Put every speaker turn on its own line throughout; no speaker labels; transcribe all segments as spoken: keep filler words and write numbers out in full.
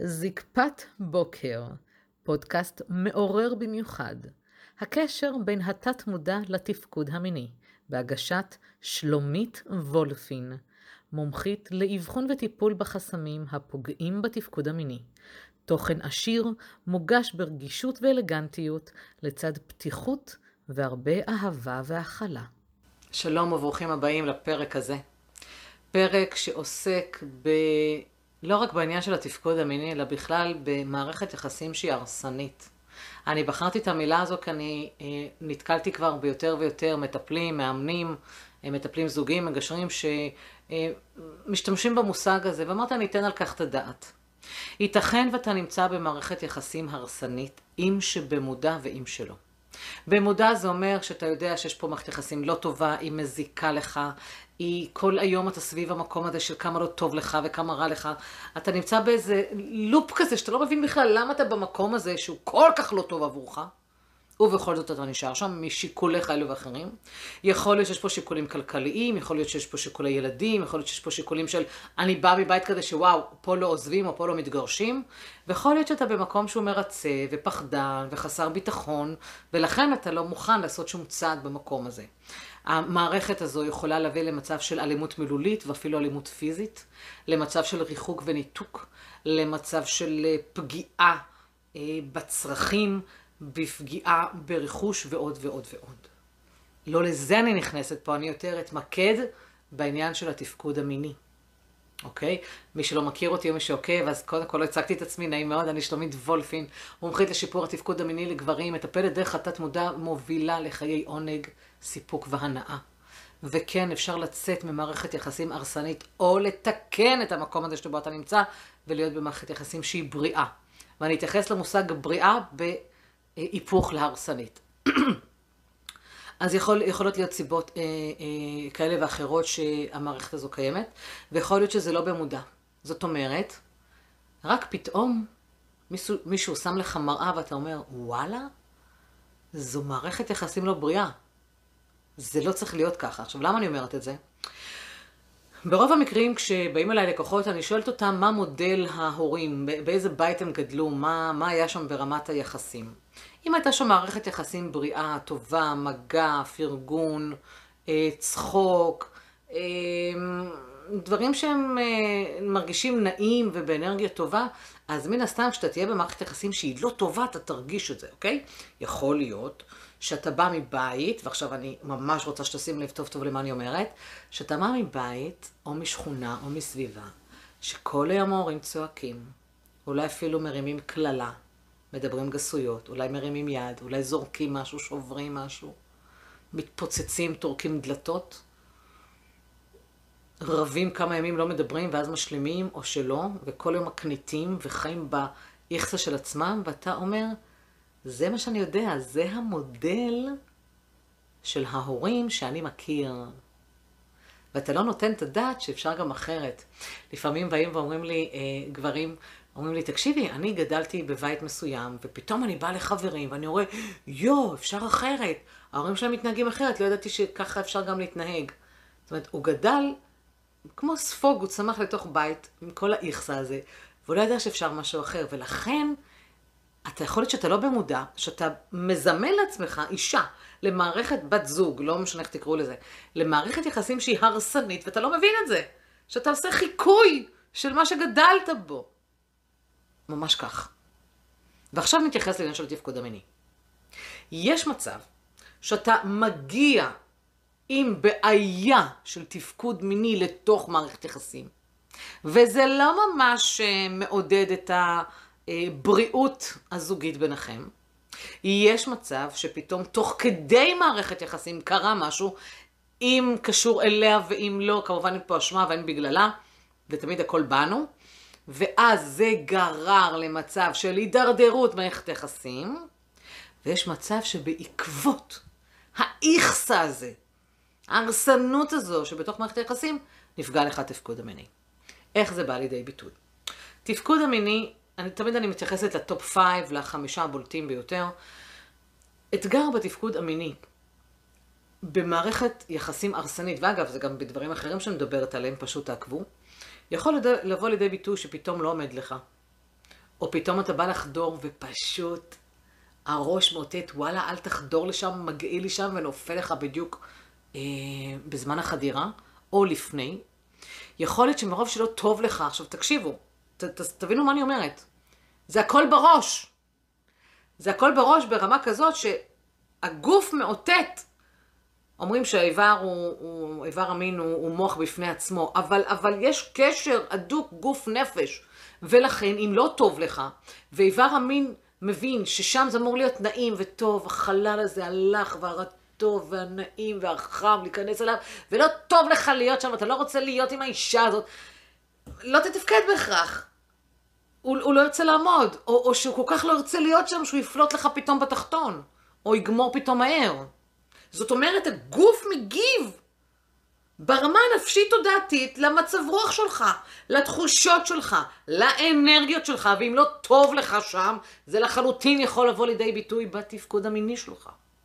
זקפת בוקר, פודקאסט מעורר במיוחד. הקשר בין התת מודע לתפקוד המיני, בהגשת שלומית וולפין, מומחית לאבחון וטיפול בחסמים הפוגעים בתפקוד המיני. תוכן עשיר, מוגש ברגישות ואלגנטיות, לצד פתיחות והרבה אהבה והכלה. שלום וברוכים הבאים לפרק הזה. פרק שעוסק ב... לא רק בעניין של התפקוד המיני, אלא בכלל במערכת יחסים שהיא הרסנית. אני בחרתי את המילה הזו כי אני אה, נתקלתי כבר ביותר ויותר מטפלים, מאמנים, אה, מטפלים זוגיים, מגשרים, שמשתמשים במושג הזה, ואמרת אני אתן על כך את הדעת. ייתכן ואתה נמצא במערכת יחסים הרסנית, אם שבמודע ואם שלא. במודע זה אומר שאתה יודע שיש פה מערכת יחסים לא טובה, היא מזיקה לך, היא כל היום אתה סביב המקום הזה של כמה לא טוב לך וכמה רע לך. אתה נמצא באיזה לופ כזה שאתה לא מבין בכלל למה אתה במקום הזה שהוא כל כך לא טוב עבורך. ובכל זאת אתה נשאר שם משיקולי כאלו ואחרים. יכול להיות שיש פה שיקולים כלכליים, יכול להיות שיש פה שיקולי ילדים, יכול להיות שיש פה שיקולים של אני בא מבית כזה שוואו, פה לא עוזבים או פה לא מתגרשים. ויכול להיות שאתה במקום שהוא מרצה ופחדן וחסר ביטחון, ולכן אתה לא מוכן לעשות שום צעד במקום הזה. המערכת הזו יכולה להביא למצב של אלימות מילולית ואפילו אלימות פיזית, למצב של ריחוק וניתוק, למצב של פגיעה בצרכים, בפגיעה ברכוש ועוד ועוד ועוד. לא לזה אני נכנסת פה, אני יותר אתמקד בעניין של התפקוד המיני. אוקיי? מי שלא מכיר אותי או מי שעוקב, אז קודם כל לא הצגתי את עצמי, נעים מאוד, אני שלומית וולפין, מומחית לשיפור התפקוד המיני לגברים, מטפלת דרך התת מודע, מובילה לחיי עונג, סיפוק והנאה. וכן, אפשר לצאת ממערכת יחסים הרסנית, או לתקן את המקום הזה שבו אתה נמצא, ולהיות במערכת יחסים שהיא בריאה. ואני אתייחס למושג בריאה בהיפוך להרסנית. אז יכול, יכולות להיות סיבות אה, אה, כאלה ואחרות שהמערכת הזו קיימת, ויכול להיות שזה לא במודע. זאת אומרת, רק פתאום מישהו, מישהו שם לך מראה ואתה אומר, וואלה, זו מערכת יחסים לא בריאה. זה לא צריך להיות ככה. עכשיו, למה אני אומרת את זה? ברוב המקרים כשבאים אליי לקוחות, אני שואלת אותם מה מודל ההורים, באיזה בית הם גדלו, מה, מה היה שם ברמת היחסים. אם הייתה שם מערכת יחסים בריאה, טובה, מגע, פרגון, צחוק, דברים שהם מרגישים נעים ובאנרגיה טובה, אז מן הסתם כשאתה תהיה במערכת יחסים שהיא לא טובה, אתה תרגיש את זה, אוקיי? יכול להיות שאתה בא מבית, ועכשיו אני ממש רוצה שתשים לב טוב טוב למה אני אומרת, שאתה בא מבית או משכונה או מסביבה, שכל היום ההורים צועקים, אולי אפילו מרימים כללה, מדברים גסויות, אולי מרימים יד, אולי זורקים משהו, שוברים משהו, מתפוצצים, תורקים דלתות, רבים כמה ימים לא מדברים ואז משלימים או שלא, וכל יום מקניטים וחיים באיכסה של עצמם, ואתה אומר, זה מה שאני יודע, זה המודל של ההורים שאני מכיר. ואתה לא נותן את הדעת שאפשר גם אחרת. לפעמים באים ואומרים לי, אה, גברים, אומרים לי, תקשיבי, אני גדלתי בבית מסוים, ופתאום אני באה לחברים, ואני רואה, יו, אפשר אחרת. ההורים שלהם מתנהגים אחרת, לא ידעתי שככה אפשר גם להתנהג. זאת אומרת, הוא גדל כמו ספוג, הוא צמח לתוך בית, עם כל האיכסה הזה, והוא לא ידע שאפשר משהו אחר, ולכן, אתה יכול להיות שאתה לא במודע, שאתה מזמן לעצמך אישה למערכת בת זוג, לא משנה איך תקראו לזה, למערכת יחסים שהיא הרסנית, ואתה לא מבין את זה. שאתה עושה חיקוי של מה שגדלת בו. ממש כך. ועכשיו נתייחס לעניין של התפקוד המיני. יש מצב שאתה מגיע עם בעיה של תפקוד מיני לתוך מערכת יחסים, וזה לא ממש מעודד את ה... בריאות הזוגית ביניכם. יש מצב שפתאום תוך כדי מערכת יחסים קרה משהו, אם קשור אליה ואם לא, כמובן אין פה אשמה ואין בגללה, ותמיד הכל בנו, ואז זה גרר למצב של הידרדרות מערכת יחסים, ויש מצב שבעקבות האיכסה הזה, ההרסנות הזו שבתוך מערכת היחסים, נפגע לך תפקוד המיני. איך זה בא לידי ביטוי? תפקוד המיני, אני, תמיד אני מתייחסת לטופ פייב, לחמישה הבולטים ביותר. אתגר בתפקוד המיני, במערכת יחסים הרסנית, ואגב, זה גם בדברים אחרים שאני מדברת עליהם, פשוט תעקבו, יכול לבוא לידי ביטוי שפתאום לא עומד לך. או פתאום אתה בא לחדור ופשוט הראש מוטט, וואלה, אל תחדור לשם, מגעיל לי שם ונופל לך בדיוק אה, בזמן החדירה, או לפני. יכול להיות שמרוב שלא טוב לך, עכשיו תקשיבו, ת, ת, תבינו מה אני אומרת. זה הכל בראש. זה הכל בראש ברמה כזאת שהגוף מאותת. אומרים שהאיבר הוא, הוא איבר המין הוא, הוא מוח בפני עצמו, אבל, אבל יש קשר הדוק גוף נפש. ולכן, אם לא טוב לך, ואיבר המין מבין ששם זה אמור להיות נעים וטוב, החלל הזה הלך והטוב והנעים והחם להיכנס אליו, ולא טוב לך להיות שם, אתה לא רוצה להיות עם האישה הזאת, לא תתפקד בהכרח. הוא, הוא לא ירצה לעמוד, או, או שהוא כל כך לא ירצה להיות שם, שהוא יפלוט לך פתאום בתחתון, או יגמור פתאום מהר. זאת אומרת, הגוף מגיב ברמה הנפשית תודעתית למצב רוח שלך, לתחושות שלך, לאנרגיות שלך, ואם לא טוב לך שם, זה לחלוטין יכול לבוא לידי ביטוי בתפקוד המיני שלך.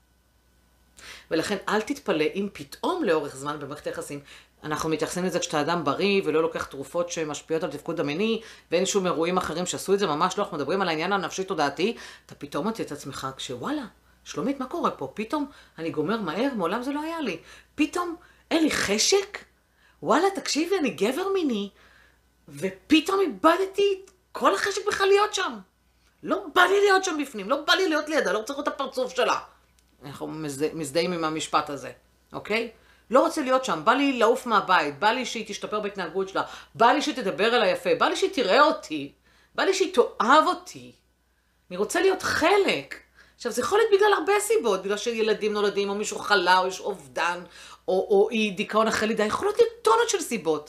ולכן אל תתפלא אם פתאום לאורך זמן במערכת היחסים, אנחנו מתייחסים לזה כשאתה אדם בריא ולא לוקח תרופות שמשפיעות על תפקוד המיני, ואין שום אירועים אחרים שעשו את זה, ממש לא, אנחנו מדברים על העניין הנפשי תודעתי, אתה פתאום מוצא את עצמך כשוואלה, שלומית, מה קורה פה? פתאום אני גומר מהר, מעולם זה לא היה לי. פתאום אין לי חשק? וואלה, תקשיבי, אני גבר מיני, ופתאום איבדתי כל החשק בכלל להיות שם. לא בא לי להיות שם בפנים, לא בא לי להיות לידה, לא רוצה לראות את הפרצוף שלה. אנחנו מזדהים עם המשפט הזה, אוקיי? לא רוצה להיות שם, בא לי לעוף מהבית, בא לי שהיא תשתפר בהתנהגות שלה, בא לי שהיא תדבר אליי יפה, בא לי שהיא תראה אותי, בא לי שהיא תאהב אותי. אני רוצה להיות חלק. עכשיו, זה יכול להיות בגלל הרבה סיבות, בגלל שילדים נולדים, או מישהו חלה, או יש אובדן, או, או אי דיכאון אחרי לידה, יכולות להיות טונות של סיבות.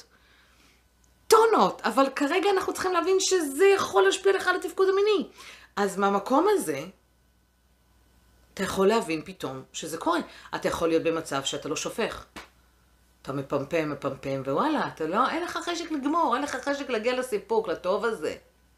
טונות, אבל כרגע אנחנו צריכים להבין שזה יכול להשפיע לך על התפקוד המיני. אז מהמקום הזה, אתה יכול להבין פתאום שזה קורה. אתה יכול להיות במצב שאתה לא שופך. אתה מפמפם, מפמפם, ווואלה, אתה לא, אין לך חשק לגמור, אין לך חשק להגיע לסיפוק, לטוב הזה.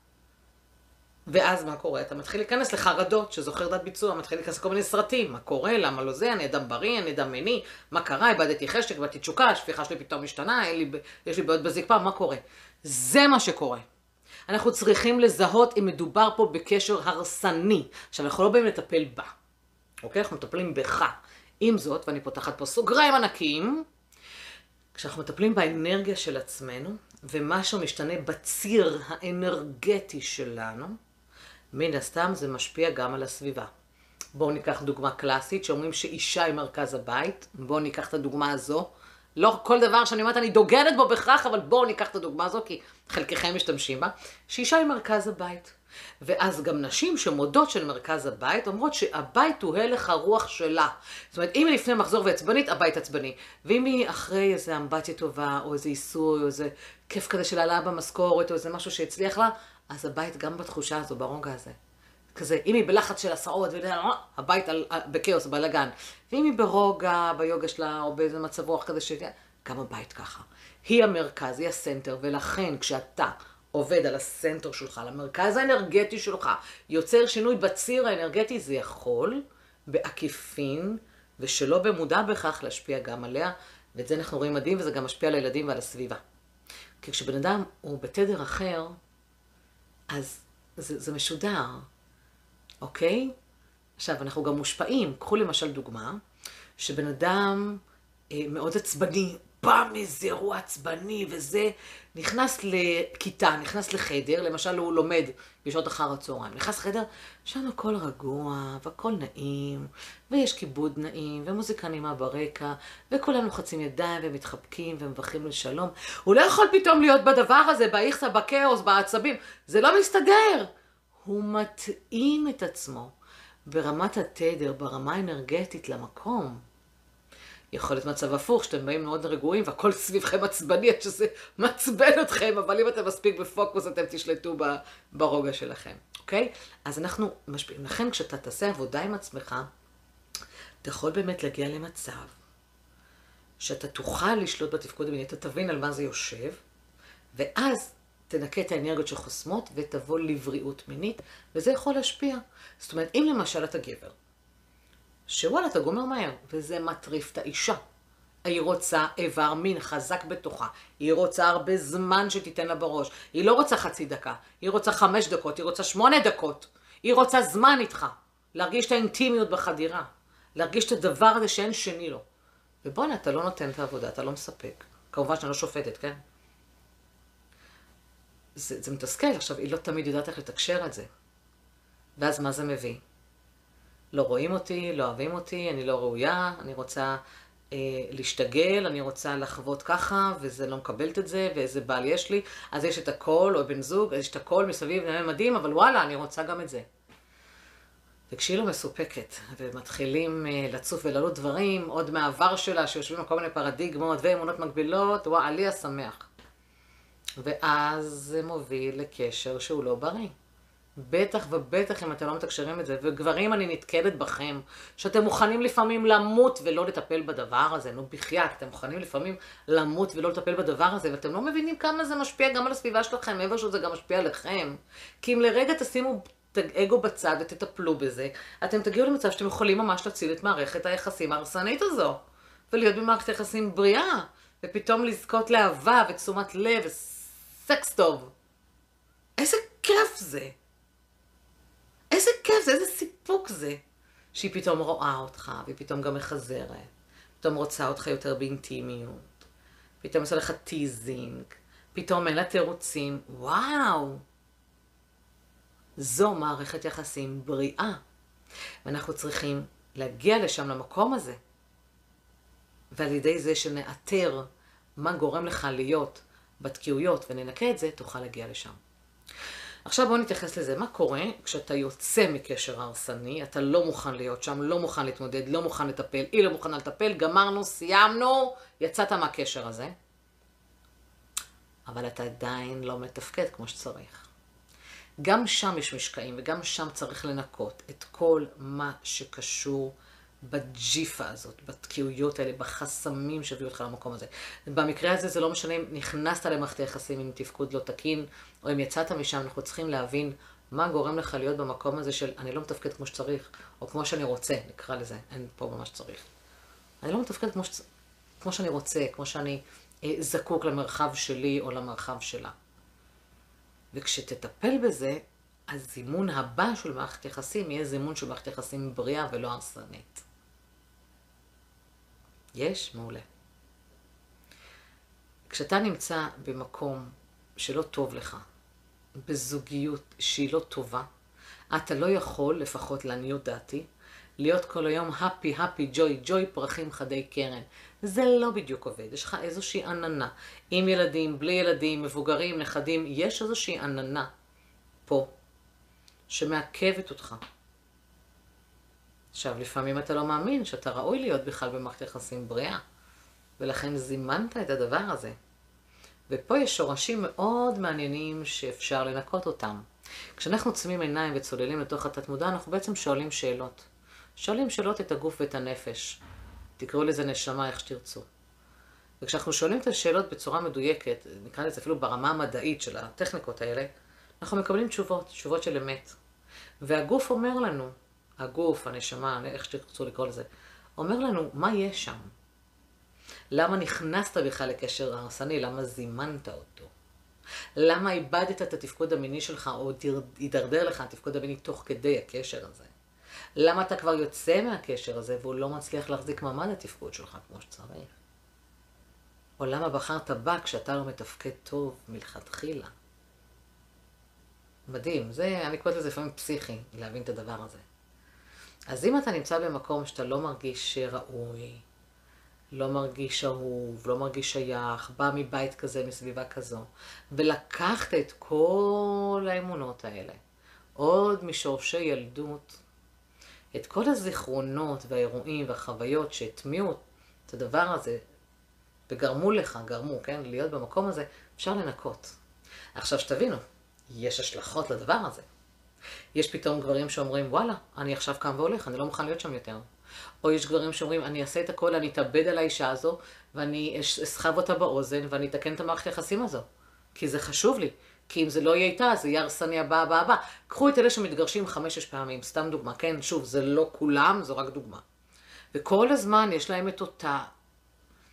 ואז מה קורה? אתה מתחיל להיכנס לחרדות, שזוכר דת ביצוע, מתחיל להיכנס לכל מיני סרטים, מה קורה, למה לא זה, אני אדם בריא, אני אדם מיני, מה קרה, איבדתי חשק, איבדתי תשוקה, השפיכה שלי פתאום משתנה, לי, יש לי בעיות בזקפה, מה קורה? זה מה שקורה. אנחנו צריכים לזהות אם מדובר פה בקשר הרסני. עכשיו, אנחנו לא באים לטפל בה, אוקיי? אנחנו מטפלים בך. עם זאת, ואני פותחת פה סוגריים ענקיים, כשאנחנו מטפלים באנרגיה של עצמנו, ומשהו משתנה בציר האנרגטי שלנו, מן הסתם זה משפיע גם על הסביבה. בואו ניקח דוגמה קלאסית, שאומרים שאישה היא מרכז הבית. בואו ניקח את הדוגמה הזו. לא כל דבר שאני אומרת אני דוגלת בו בכך, אבל בואו ניקח את הדוגמה הזו, כי חלקכם משתמשים בה. שאישה היא מרכז הבית. ואז גם נשים שמודות של מרכז הבית, אומרות שהבית הוא הלך הרוח שלה. זאת אומרת, אם היא לפני מחזור ועצבנית, הבית עצבני. ואם היא אחרי איזה אמבטיה טובה, או איזה עיסוי, או איזה כיף כזה של העלאה במשכורת, או איזה משהו שהצליח לה, אז הבית גם בתחושה הזו, ברוגע הזה. כזה, אם היא בלחץ של הסעות, הבית בכאוס, בלגן. ואם היא ברוגע, ביוגה שלה, או באיזה מצב רוח כזה, גם הבית ככה. היא המרכז, היא הסנטר, ולכן כשאתה עובד על הסנטר שלך, על המרכז האנרגטי שלך, יוצר שינוי בציר האנרגטי, זה יכול בעקיפין, ושלא במודע בכך להשפיע גם עליה, ואת זה אנחנו רואים מדהים, וזה גם משפיע על הילדים ועל הסביבה. כי כשבן אדם הוא בתדר אחר, אז זה, זה משודר, אוקיי? עכשיו, אנחנו גם מושפעים. קחו למשל דוגמה, שבן אדם אה, מאוד עצבני, בא מאיזה אירוע עצבני, וזה נכנס לכיתה, נכנס לחדר, למשל הוא לומד בשעות אחר הצהריים, נכנס לחדר, שם הכל רגוע, והכל נעים, ויש כיבוד נעים, ומוזיקה נעימה ברקע, וכולם לוחצים ידיים ומתחבקים ומברכים לשלום. הוא לא יכול פתאום להיות בדבר הזה, באיכסה, בכאוס, בעצבים, זה לא מסתדר. הוא מתאים את עצמו ברמת התדר, ברמה האנרגטית למקום. יכול להיות מצב הפוך, שאתם באים מאוד רגועים, והכל סביבכם עצבני, עד שזה מעצבן אתכם, אבל אם אתם מספיק בפוקוס, אתם תשלטו ברוגע שלכם, אוקיי? אז אנחנו משפיעים. לכן, כשאתה תעשה עבודה עם עצמך, אתה יכול באמת להגיע למצב, שאתה תוכל לשלוט בתפקוד המיני, אתה תבין על מה זה יושב, ואז תנקה את האנרגיות שחוסמות, ותבוא לבריאות מינית, וזה יכול להשפיע. זאת אומרת, אם למשל אתה גבר, שוואלה, אתה גומר מהר, וזה מטריף את האישה. היא רוצה איבר מין חזק בתוכה. היא רוצה הרבה זמן שתיתן לה בראש. היא לא רוצה חצי דקה. היא רוצה חמש דקות. היא רוצה שמונה דקות. היא רוצה זמן איתך. להרגיש את האינטימיות בחדירה. להרגיש את הדבר הזה שאין שני לו. ובוא'נה, אתה לא נותן את העבודה, אתה לא מספק. כמובן שאני לא שופטת, כן? זה, זה מתסכל. עכשיו, היא לא תמיד יודעת איך לתקשר את זה. ואז מה זה מביא? לא רואים אותי, לא אוהבים אותי, אני לא ראויה, אני רוצה אה, להשתגל, אני רוצה לחוות ככה, וזה לא מקבלת את זה, ואיזה בעל יש לי, אז יש את הכל, או בן זוג, יש את הכל מסביב, זה מדהים, אבל וואלה, אני רוצה גם את זה. וכשהיא לא מסופקת, ומתחילים אה, לצוף ולעלות דברים, עוד מהעבר שלה, שיושבים על כל מיני פרדיגמות ואמונות מקבילות, וואה, עלי השמח. ואז זה מוביל לקשר שהוא לא בריא. בטח ובטח אם אתם לא מתקשרים את זה, וגברים אני נתקלת בכם, שאתם מוכנים לפעמים למות ולא לטפל בדבר הזה, נו בחייאת, אתם מוכנים לפעמים למות ולא לטפל בדבר הזה, ואתם לא מבינים כמה זה משפיע גם על הסביבה שלכם, מעבר שזה גם משפיע עליכם. כי אם לרגע תשימו אגו בצד ותטפלו בזה, אתם תגיעו למצב שאתם יכולים ממש להציל את מערכת היחסים ההרסנית הזו, ולהיות במערכת יחסים בריאה, ופתאום לזכות לאהבה ותשומת לב וסקס טוב. איזה כיף זה! איזה כיף זה, איזה סיפוק זה, שהיא פתאום רואה אותך, והיא פתאום גם מחזרת, פתאום רוצה אותך יותר באינטימיות, פתאום עושה לך טיזינג, פתאום אין לה תירוצים, וואו. זו מערכת יחסים בריאה, ואנחנו צריכים להגיע לשם, למקום הזה, ועל ידי זה שנאתר מה גורם לך להיות בתקיעויות וננקה את זה, תוכל להגיע לשם. עכשיו בואו נתייחס לזה. מה קורה כשאתה יוצא מקשר הרסני, אתה לא מוכן להיות שם, לא מוכן להתמודד, לא מוכן לטפל, היא לא מוכנה לטפל, גמרנו, סיימנו, יצאת מהקשר הזה. אבל אתה עדיין לא מתפקד כמו שצריך. גם שם יש משקעים וגם שם צריך לנקות את כל מה שקשור בג'יפה הזאת, בתקיעויות האלה, בחסמים שהביאו אותך למקום הזה. במקרה הזה זה לא משנה אם נכנסת למערכת היחסים עם תפקוד לא תקין, או אם יצאת משם, אנחנו צריכים להבין מה גורם לך להיות במקום הזה של אני לא מתפקד כמו שצריך, או כמו שאני רוצה, נקרא לזה, אין פה ממש צריך. אני לא מתפקד כמו, שצ... כמו שאני רוצה, כמו שאני אה, זקוק למרחב שלי או למרחב שלה. וכשתטפל בזה, הזימון הבא של מערכת יחסים יהיה זימון של מערכת יחסים בריאה ולא הרסנית. יש? מעולה. כשאתה נמצא במקום שלא טוב לך, בזוגיות שהיא לא טובה, אתה לא יכול, לפחות לעניות דעתי, להיות כל היום happy, happy, joy, joy, פרחים חדי קרן. זה לא בדיוק עובד. יש לך איזושהי עננה. עם ילדים, בלי ילדים, מבוגרים, נכדים, יש איזושהי עננה פה, שמעכבת אותך. עכשיו, לפעמים אתה לא מאמין שאתה ראוי להיות בכלל במערכת יחסים בריאה, ולכן זימנת את הדבר הזה. ופה יש שורשים מאוד מעניינים שאפשר לנקות אותם. כשאנחנו צמים עיניים וצוללים לתוך התת-מודע, אנחנו בעצם שואלים שאלות. שואלים שאלות את הגוף ואת הנפש. תקראו לזה נשמה, איך שתרצו. וכשאנחנו שואלים את השאלות בצורה מדויקת, נקרא לזה אפילו ברמה המדעית של הטכניקות האלה, אנחנו מקבלים תשובות, תשובות של אמת. והגוף אומר לנו, הגוף, הנשמה, איך שתרצו לקרוא לזה, אומר לנו מה יש שם. למה נכנסת בכלל לקשר הרסני? למה זימנת אותו? למה איבדת את התפקוד המיני שלך, או הידרדר לך התפקוד המיני תוך כדי הקשר הזה? למה אתה כבר יוצא מהקשר הזה, והוא לא מצליח להחזיק מעמד התפקוד שלך כמו שצריך? או למה בחרת בה כשאתה לא מתפקד טוב מלכתחילה? מדהים, זה, אני קוראת לזה לפעמים פסיכי, להבין את הדבר הזה. אז אם אתה נמצא במקום שאתה לא מרגיש ראוי, לא מרגיש אהוב, לא מרגיש שייך, בא מבית כזה, מסביבה כזו, ולקחת את כל האמונות האלה, עוד משורשי ילדות, את כל הזיכרונות והאירועים והחוויות שהטמיעו את הדבר הזה, וגרמו לך, גרמו, כן, להיות במקום הזה, אפשר לנקות. עכשיו שתבינו, יש השלכות לדבר הזה. יש פתאום גברים שאומרים, וואלה, אני עכשיו קם והולך, אני לא מוכן להיות שם יותר. או יש גברים שאומרים, אני אעשה את הכל, אני אתאבד על האישה הזו, ואני אסחב אותה באוזן, ואני אתקן את המערכת היחסים הזו. כי זה חשוב לי. כי אם זה לא יהיה איתה, זה יהיה הרסני הבא, הבא, הבא. קחו את אלה שמתגרשים חמש-שש פעמים, סתם דוגמה. כן, שוב, זה לא כולם, זו רק דוגמה. וכל הזמן יש להם את אותה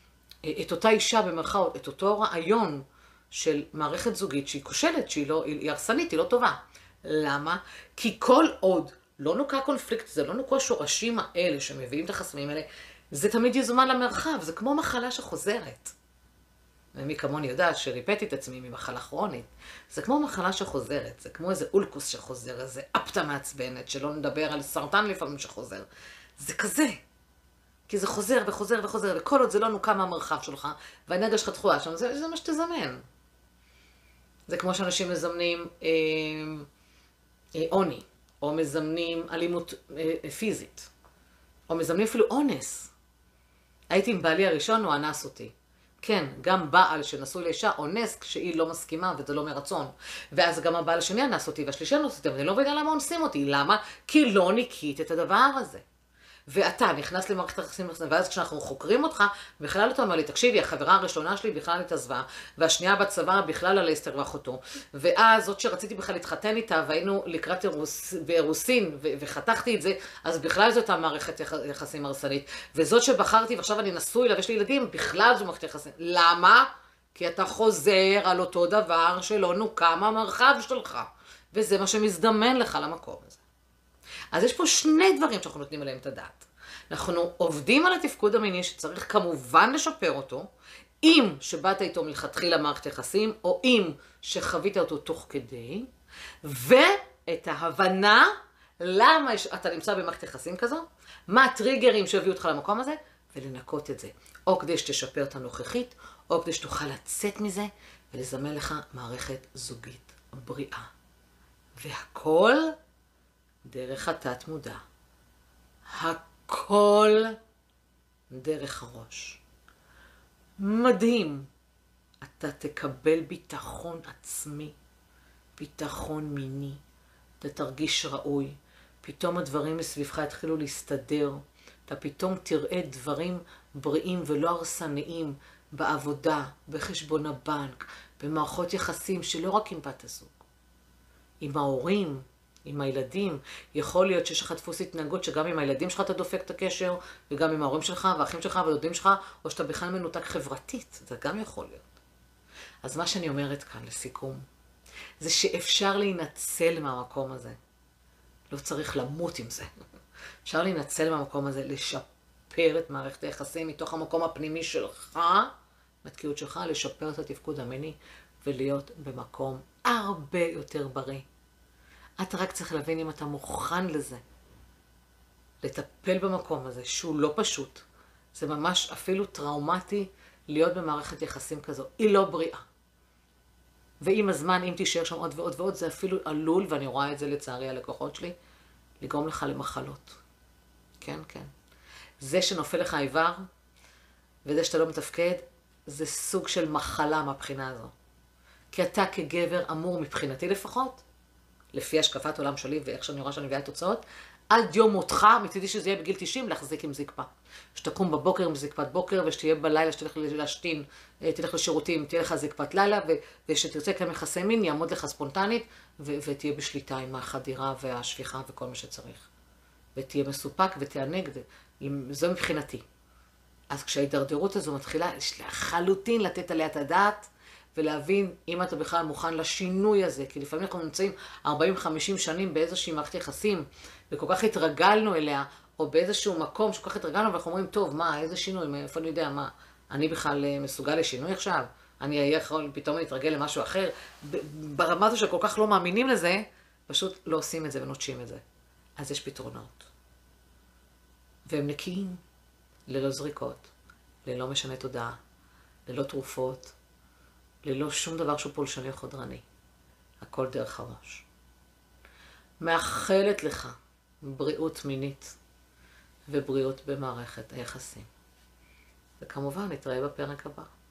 את אותה אישה במרכאות, את אותו רעיון של מערכת זוגית שהיא כושלת, שהיא לא, היא הרסנית, היא לא טובה. למה? כי כל עוד לא נוקע קונפליקט, זה לא נוקע שורשים האלה שמביאים את החסמים האלה, זה תמיד יזומן למרחב, זה כמו מחלה שחוזרת. ומי כמוני יודעת שריפאתי את עצמי ממחלה כרונית. זה כמו מחלה שחוזרת, זה כמו איזה אולקוס שחוזר, איזה אפטה מעצבנת, שלא נדבר על סרטן לפעמים שחוזר. זה כזה. כי זה חוזר וחוזר וחוזר, וכל עוד זה לא נוקע מהמרחב שלך, והאנרגיה שלך תחויה שם, זה, זה מה שתזמן. זה כמו שאנשים מזמנים אה, אה, עוני, או מזמנים אלימות אה, פיזית, או מזמנים אפילו אונס. הייתי עם בעלי הראשון, הוא אנס אותי. כן, גם בעל שנשוי לאישה אונס כשהיא לא מסכימה וזה לא מרצון. ואז גם הבעל השני אנס אותי והשלישי אנס אותי, אבל אני לא מבינה למה אונסים אותי. למה? כי לא ניקית את הדבר הזה. ואתה נכנס למערכת היחסים, ואז כשאנחנו חוקרים אותך, בכלל אתה אומר לי, תקשיבי, החברה הראשונה שלי בכלל התעזבה, והשנייה בצבא בכלל על אסתר ואחותו, ואז זאת שרציתי בכלל להתחתן איתה, והיינו לקראת אירוס, באירוסין, ו- וחתכתי את זה, אז בכלל זאת המערכת יח, יחסים הרסנית. וזאת שבחרתי, ועכשיו אני נשוי לה, ויש לי ילדים, בכלל זו מערכת יחסים. למה? כי אתה חוזר על אותו דבר שלא נוקע מהמרחב שלך, וזה מה שמזדמן לך למקום הזה. אז יש פה שני דברים שאנחנו נותנים עליהם את הדעת. אנחנו עובדים על התפקוד המיני שצריך כמובן לשפר אותו, אם שבאת איתו מלכתחילה מערכת יחסים, או אם שחווית אותו תוך כדי, ואת ההבנה למה אתה נמצא במערכת יחסים כזו, מה הטריגרים שהביאו אותך למקום הזה, ולנקות את זה. או כדי שתשפר את הנוכחית, או כדי שתוכל לצאת מזה, ולזמן לך מערכת זוגית בריאה. והכל דרך התת מודע. הכל דרך הראש. מדהים. אתה תקבל ביטחון עצמי, ביטחון מיני, אתה תרגיש ראוי, פתאום הדברים מסביבך יתחילו להסתדר, אתה פתאום תראה דברים בריאים ולא הרסניים בעבודה, בחשבון הבנק, במערכות יחסים שלא רק עם בת הזוג, עם ההורים, עם הילדים. יכול להיות שיש לך דפוס התנהגות שגם עם הילדים שלך אתה דופק את הקשר, וגם עם ההורים שלך והאחים שלך והדודים שלך, או שאתה בכלל מנותק חברתית, זה גם יכול להיות. אז מה שאני אומרת כאן לסיכום, זה שאפשר להינצל מהמקום הזה. לא צריך למות עם זה. אפשר להינצל מהמקום הזה, לשפר את מערכת היחסים מתוך המקום הפנימי שלך, מהתקיעות שלך, לשפר את התפקוד המיני, ולהיות במקום הרבה יותר בריא. אתה רק צריך להבין אם אתה מוכן לזה. לטפל במקום הזה, שהוא לא פשוט. זה ממש אפילו טראומטי להיות במערכת יחסים כזו. היא לא בריאה. ועם הזמן, אם תישאר שם עוד ועוד ועוד, זה אפילו עלול, ואני רואה את זה לצערי הלקוחות שלי, לגרום לך למחלות. כן, כן. זה שנופל לך איבר, וזה שאתה לא מתפקד, זה סוג של מחלה מהבחינה הזו. כי אתה כגבר אמור, מבחינתי לפחות, לפי השקפת עולם שלי ואיך שאני רואה שאני מביאה תוצאות, עד יום מותך, מצידי שזה יהיה בגיל תשעים, להחזיק עם זקפה. שתקום בבוקר עם זקפת בוקר, ושתהיה בלילה, שתלך להשתין, תלך לשירותים, תהיה לך זקפת לילה, ושתרצה כמה יחסי מין, יעמוד לך ספונטנית, ותהיה בשליטה עם החדירה והשפיכה וכל מה שצריך. ותהיה מסופק ותענג, זו מבחינתי. אז כשההידרדרות הזו מתחילה, יש לחלוטין לתת עליה את הדעת, ולהבין אם אתה בכלל מוכן לשינוי הזה, כי לפעמים אנחנו נמצאים ארבעים חמישים שנים באיזושהי מערכת יחסים, וכל כך התרגלנו אליה, או באיזשהו מקום שכל כך התרגלנו, ואנחנו אומרים, טוב, מה, איזה שינוי, איפה אני יודע, מה, אני בכלל מסוגל לשינוי עכשיו? אני אהיה יכול פתאום להתרגל למשהו אחר? ברמה הזו שכל כך לא מאמינים לזה, פשוט לא עושים את זה ונוטשים את זה. אז יש פתרונות. והם נקיים, ללא זריקות, ללא משנה תודעה, ללא תרופות, ללא שום דבר שהוא פולשני או חודרני. הכל דרך הראש. מאחלת לך בריאות מינית ובריאות במערכת היחסים. וכמובן נתראה בפרק הבא.